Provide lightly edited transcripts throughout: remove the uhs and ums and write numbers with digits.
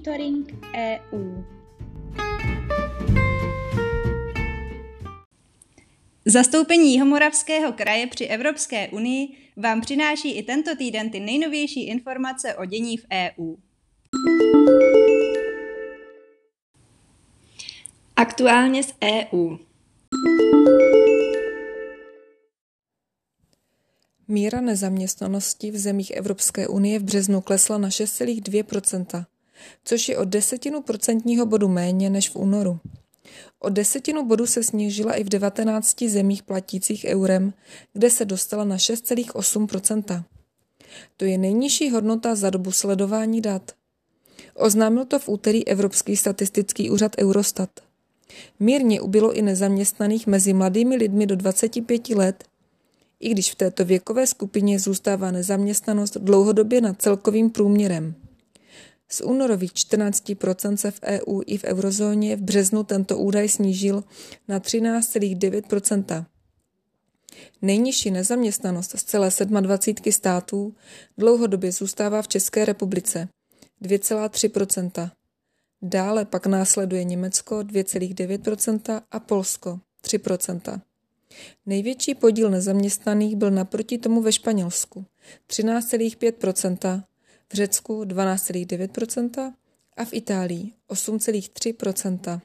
Monitoring EU. Zastoupení Jihomoravského kraje při Evropské unii vám přináší i tento týden ty nejnovější informace o dění v EU. Aktuálně z EU. Míra nezaměstnanosti v zemích Evropské unie v březnu klesla na 6,2%, což je o 0,1 procentního bodu méně než v únoru. O 0,1 bodu se snížila i v 19 zemích platících eurem, kde se dostala na 6,8%. To je nejnižší hodnota za dobu sledování dat. Oznámil to v úterý Evropský statistický úřad Eurostat. Mírně ubylo i nezaměstnaných mezi mladými lidmi do 25 let, i když v této věkové skupině zůstává nezaměstnanost dlouhodobě nad celkovým průměrem. Z únorových 14% se v EU i v eurozóně v březnu tento údaj snížil na 13,9%. Nejnižší nezaměstnanost z celé 27 států dlouhodobě zůstává v České republice 2,3%. Dále pak následuje Německo 2,9% a Polsko 3%. Největší podíl nezaměstnaných byl naproti tomu ve Španělsku 13,5%, v Řecku 12,9% a v Itálii 8,3%.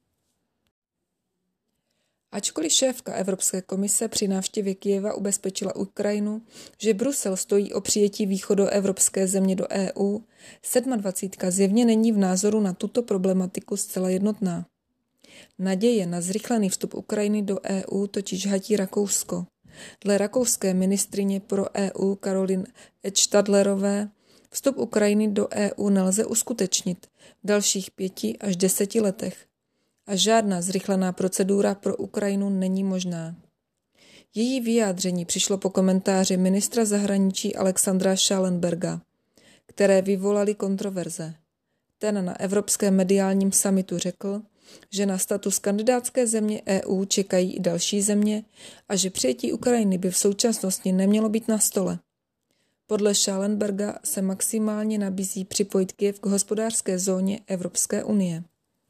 Ačkoliv šéfka Evropské komise při návštěvě Kyjeva ubezpečila Ukrajinu, že Brusel stojí o přijetí východoevropské země do EU, 27 zjevně není v názoru na tuto problematiku zcela jednotná. Naděje na zrychlený vstup Ukrajiny do EU totiž hatí Rakousko. Dle rakouské ministryně pro EU Caroline Edstadlerové vstup Ukrajiny do EU nelze uskutečnit v dalších 5 až 10 letech a žádná zrychlená procedura pro Ukrajinu není možná. Její vyjádření přišlo po komentáři ministra zahraničí Alexandra Schallenberga, které vyvolaly kontroverze. Ten na Evropském mediálním summitu řekl, že na status kandidátské země EU čekají i další země a že přijetí Ukrajiny by v současnosti nemělo být na stole. Podle Schallenberga se maximálně nabízí připojit Kyjev k hospodářské zóně Evropské unie.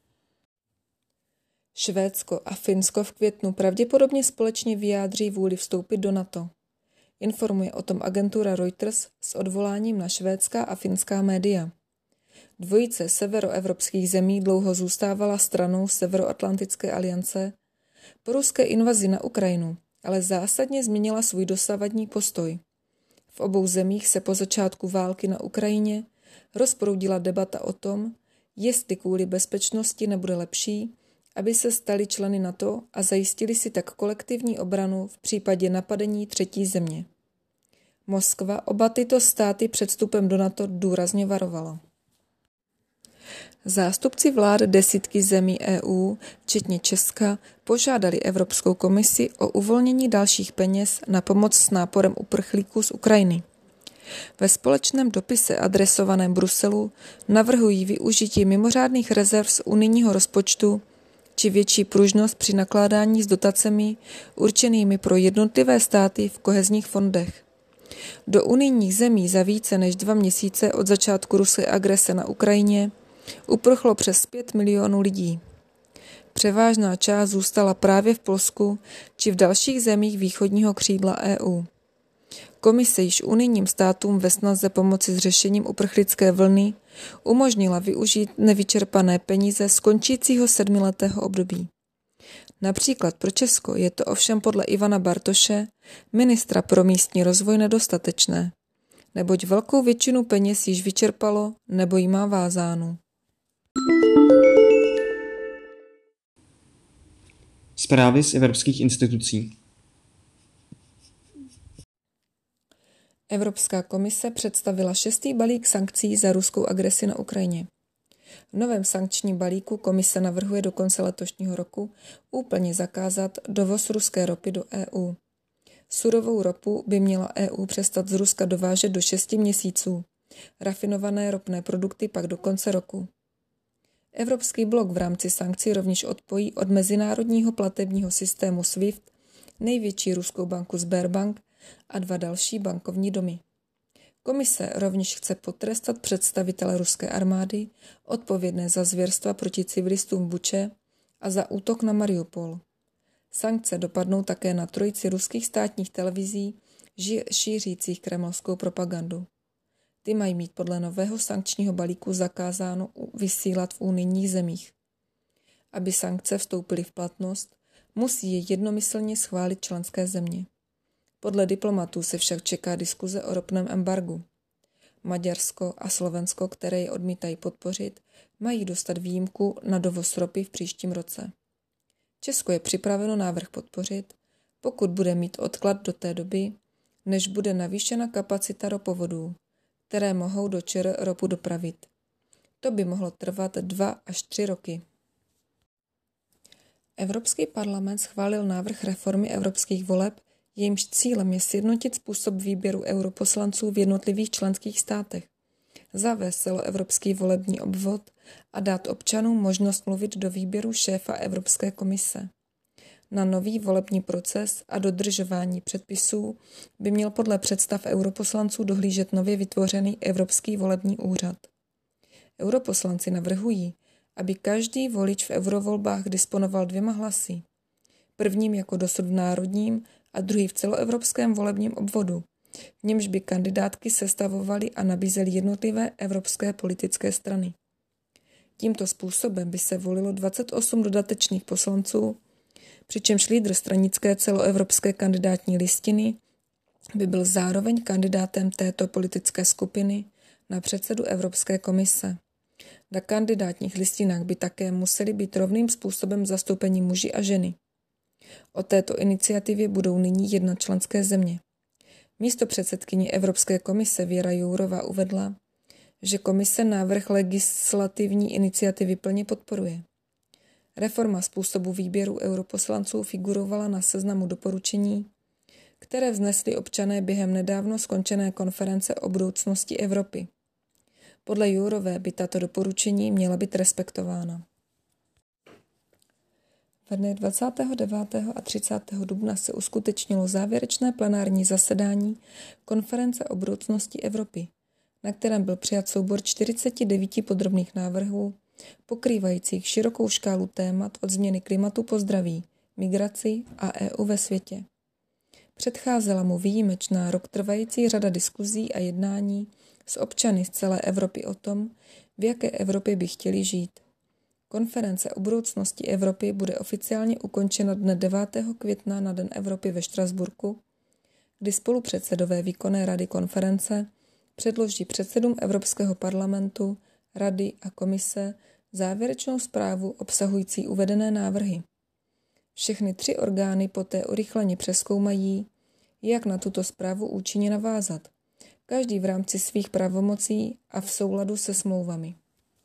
Švédsko a Finsko v květnu pravděpodobně společně vyjádří vůli vstoupit do NATO. Informuje o tom agentura Reuters s odvoláním na švédská a finská média. Dvojice severoevropských zemí dlouho zůstávala stranou Severoatlantické aliance po ruské invazi na Ukrajinu, ale zásadně změnila svůj dosavadní postoj. V obou zemích se po začátku války na Ukrajině rozproudila debata o tom, jestli kvůli bezpečnosti nebude lepší, aby se stali členy NATO a zajistili si tak kolektivní obranu v případě napadení třetí země. Moskva oba tyto státy před vstupem do NATO důrazně varovala. Zástupci vlád desítky zemí EU, včetně Česka, požádali Evropskou komisi o uvolnění dalších peněz na pomoc s náporem uprchlíků z Ukrajiny. Ve společném dopise adresovaném Bruselu navrhují využití mimořádných rezerv z unijního rozpočtu či větší pružnost při nakládání s dotacemi určenými pro jednotlivé státy v kohezních fondech. Do unijních zemí za více než 2 měsíce od začátku ruské agrese na Ukrajině uprchlo přes 5 milionů lidí. Převážná část zůstala právě v Polsku či v dalších zemích východního křídla EU. Komise již unijním státům ve snaze pomoci s řešením uprchlické vlny umožnila využít nevyčerpané peníze z končícího 7letého období. Například pro Česko je to ovšem podle Ivana Bartoše, ministra pro místní rozvoj, nedostatečné, neboť velkou většinu peněz již vyčerpalo nebo jí má vázánu. Zprávy z evropských institucí. Evropská komise představila 6. balík sankcí za ruskou agresi na Ukrajině. V novém sankčním balíku komise navrhuje do konce letošního roku úplně zakázat dovoz ruské ropy do EU. Surovou ropu by měla EU přestat z Ruska dovážet do 6 měsíců, rafinované ropné produkty pak do konce roku. Evropský blok v rámci sankcí rovněž odpojí od mezinárodního platebního systému SWIFT největší ruskou banku Sberbank a 2 další bankovní domy. Komise rovněž chce potrestat představitele ruské armády odpovědné za zvěrstva proti civilistům v Buče a za útok na Mariupol. Sankce dopadnou také na trojici ruských státních televizí šířících kremelskou propagandu. Ty mají mít podle nového sankčního balíku zakázáno vysílat v unijních zemích. Aby sankce vstoupily v platnost, musí je jednomyslně schválit členské země. Podle diplomatů se však čeká diskuze o ropném embargu. Maďarsko a Slovensko, které je odmítají podpořit, mají dostat výjimku na dovoz ropy v příštím roce. Česko je připraveno návrh podpořit, pokud bude mít odklad do té doby, než bude navýšena kapacita ropovodů, které mohou do ČR ropu dopravit. To by mohlo trvat 2 až 3 roky. Evropský parlament schválil návrh reformy evropských voleb, jejímž cílem je sjednotit způsob výběru europoslanců v jednotlivých členských státech, zavést celoevropský volební obvod a dát občanům možnost mluvit do výběru šéfa Evropské komise. Na nový volební proces a dodržování předpisů by měl podle představ europoslanců dohlížet nově vytvořený Evropský volební úřad. Europoslanci navrhují, aby každý volič v eurovolbách disponoval 2 hlasy. Prvním jako dosud v národním a druhý v celoevropském volebním obvodu, v němž by kandidátky sestavovaly a nabízely jednotlivé evropské politické strany. Tímto způsobem by se volilo 28 dodatečných poslanců, přičemž lídr stranické celoevropské kandidátní listiny by byl zároveň kandidátem této politické skupiny na předsedu Evropské komise. Na kandidátních listinách by také museli být rovným způsobem zastoupeni muži a ženy. O této iniciativě budou nyní jednat členské země. Místopředsedkyně Evropské komise Věra Jourová uvedla, že komise návrh legislativní iniciativy plně podporuje. Reforma způsobu výběru europoslanců figurovala na seznamu doporučení, které vznesli občané během nedávno skončené konference o budoucnosti Evropy. Podle Jourové by tato doporučení měla být respektována. Ve dnech 29. a 30. dubna se uskutečnilo závěrečné plenární zasedání konference o budoucnosti Evropy, na kterém byl přijat soubor 49 podrobných návrhů, pokrývajících širokou škálu témat od změny klimatu po zdraví, migraci a EU ve světě. Předcházela mu výjimečná rok trvající řada diskuzí a jednání s občany z celé Evropy o tom, v jaké Evropě by chtěli žít. Konference o budoucnosti Evropy bude oficiálně ukončena dne 9. května na Den Evropy ve Štrasburku, kdy spolupředsedové výkonné rady konference předloží předsedům Evropského parlamentu, rady a komise závěrečnou zprávu obsahující uvedené návrhy. Všechny 3 orgány poté urychleně přezkoumají, jak na tuto zprávu účinně navázat, každý v rámci svých pravomocí a v souladu se smlouvami.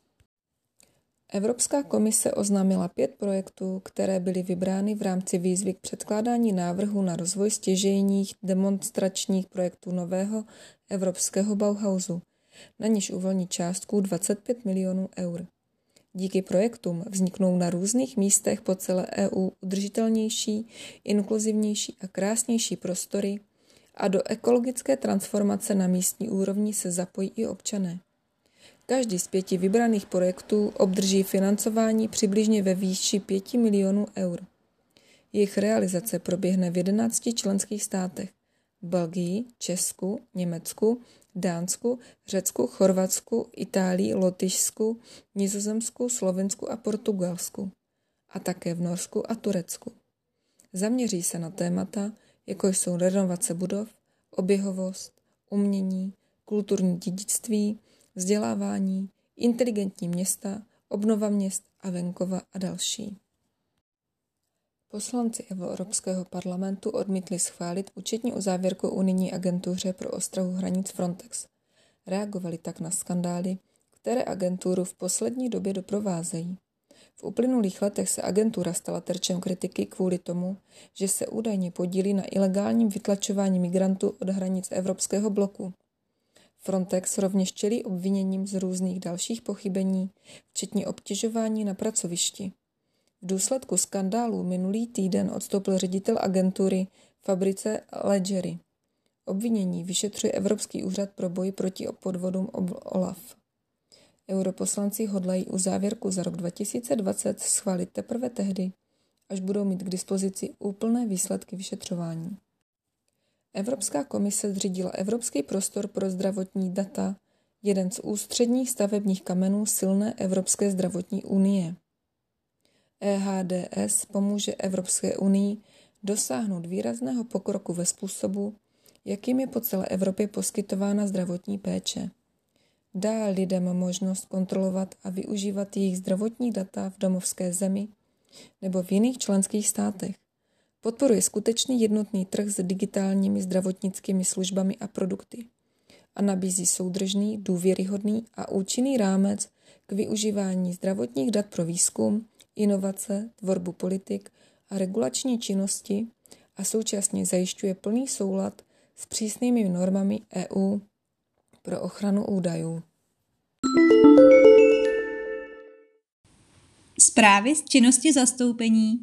Evropská komise oznámila 5 projektů, které byly vybrány v rámci výzvy k předkládání návrhu na rozvoj stěžejních demonstračních projektů nového evropského Bauhausu, na níž uvolní částku 25 milionů eur. Díky projektům vzniknou na různých místech po celé EU udržitelnější, inkluzivnější a krásnější prostory a do ekologické transformace na místní úrovni se zapojí i občané. Každý z 5 vybraných projektů obdrží financování přibližně ve výši 5 milionů eur. Jejich realizace proběhne v 11 členských státech: Belgii, Česku, Německu, Dánsku, Řecku, Chorvatsku, Itálii, Lotyšsku, Nizozemsku, Slovinsku a Portugalsku. A také v Norsku a Turecku. Zaměří se na témata, jako jsou renovace budov, oběhovost, umění, kulturní dědictví, vzdělávání, inteligentní města, obnova měst a venkova a další. Poslanci Evropského parlamentu odmítli schválit účetní uzávěrku unijní agentuře pro ostrahu hranic Frontex. Reagovali tak na skandály, které agenturu v poslední době doprovázejí. V uplynulých letech se agentura stala terčem kritiky kvůli tomu, že se údajně podílí na ilegálním vytlačování migrantů od hranic evropského bloku. Frontex rovněž čelí obviněním z různých dalších pochybení, včetně obtěžování na pracovišti. V důsledku skandálu minulý týden odstoupil ředitel agentury Fabrice Leggeri. Obvinění vyšetřuje Evropský úřad pro boj proti podvodům OLAF. Europoslanci hodlají uzávěrku za rok 2020 schválit teprve tehdy, až budou mít k dispozici úplné výsledky vyšetřování. Evropská komise zřídila Evropský prostor pro zdravotní data, jeden z ústředních stavebních kamenů silné Evropské zdravotní unie. EHDS pomůže Evropské unii dosáhnout výrazného pokroku ve způsobu, jakým je po celé Evropě poskytována zdravotní péče. Dá lidem možnost kontrolovat a využívat jejich zdravotní data v domovské zemi nebo v jiných členských státech. Podporuje skutečný jednotný trh s digitálními zdravotnickými službami a produkty a nabízí soudržný, důvěryhodný a účinný rámec k využívání zdravotních dat pro výzkum, inovace, tvorbu politik a regulační činnosti a současně zajišťuje plný soulad s přísnými normami EU pro ochranu údajů. Zprávy z činnosti zastoupení.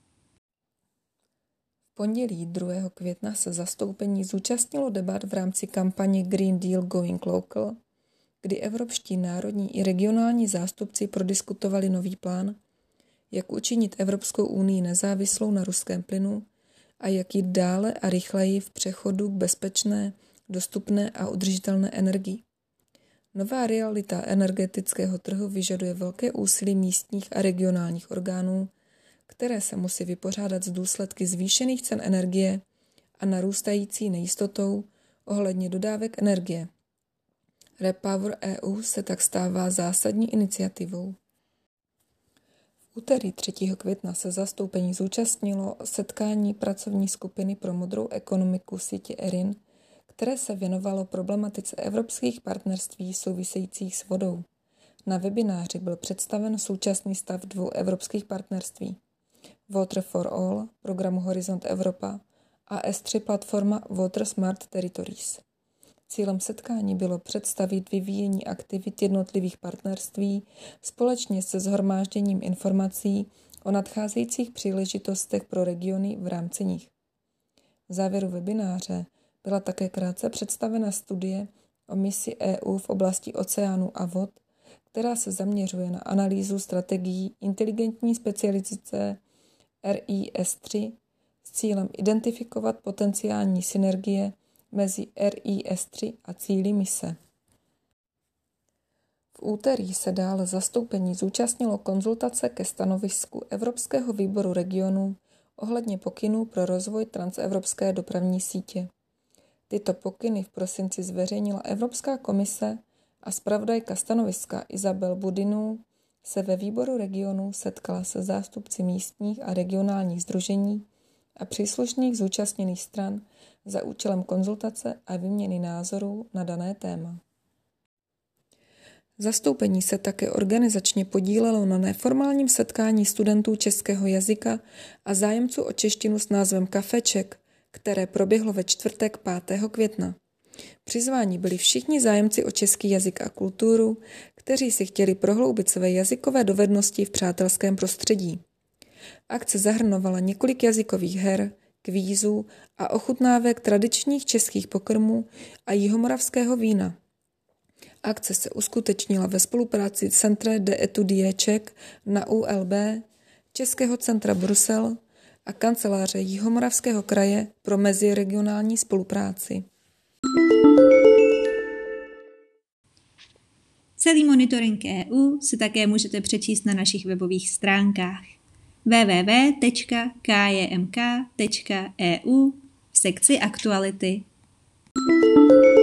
V pondělí 2. května se zastoupení zúčastnilo debat v rámci kampaně Green Deal Going Local, kdy evropští národní i regionální zástupci prodiskutovali nový plán, jak učinit Evropskou unii nezávislou na ruském plynu a jak jít dále a rychleji v přechodu k bezpečné, dostupné a udržitelné energii. Nová realita energetického trhu vyžaduje velké úsilí místních a regionálních orgánů, které se musí vypořádat s důsledky zvýšených cen energie a narůstající nejistotou ohledně dodávek energie. Repower EU se tak stává zásadní iniciativou. V úterý 3. května se zastoupení zúčastnilo setkání pracovní skupiny pro modrou ekonomiku sítě ERIN, které se věnovalo problematice evropských partnerství souvisejících s vodou. Na webináři byl představen současný stav 2 evropských partnerství. Water for All, programu Horizont Evropa a S3 platforma Water Smart Territories. Cílem setkání bylo představit vyvíjení aktivit jednotlivých partnerství společně se shromážděním informací o nadcházejících příležitostech pro regiony v rámci nich. V závěru webináře byla také krátce představena studie o misi EU v oblasti oceánů a vod, která se zaměřuje na analýzu strategií inteligentní specializace RIS3 s cílem identifikovat potenciální synergie mezi RIS3 a cíli mise. V úterý se dále zastoupení zúčastnilo konzultace ke stanovisku Evropského výboru regionů ohledně pokynů pro rozvoj transevropské dopravní sítě. Tyto pokyny v prosinci zveřejnila Evropská komise a zpravodajka stanoviska Isabel Budinu se ve výboru regionů setkala se zástupci místních a regionálních sdružení a příslušných zúčastněných stran za účelem konzultace a výměny názorů na dané téma. Zastoupení se také organizačně podílelo na neformálním setkání studentů českého jazyka a zájemců o češtinu s názvem Kafeček, které proběhlo ve čtvrtek 5. května. Přizváni byli všichni zájemci o český jazyk a kulturu, kteří si chtěli prohloubit své jazykové dovednosti v přátelském prostředí. Akce zahrnovala několik jazykových her, kvízů a ochutnávek tradičních českých pokrmů a jihomoravského vína. Akce se uskutečnila ve spolupráci Centre d'Études Czech na ULB, Českého centra Brusel a kanceláře Jihomoravského kraje pro meziregionální spolupráci. Celý monitoring EU si také můžete přečíst na našich webových stránkách www.kjmk.eu v sekci aktuality.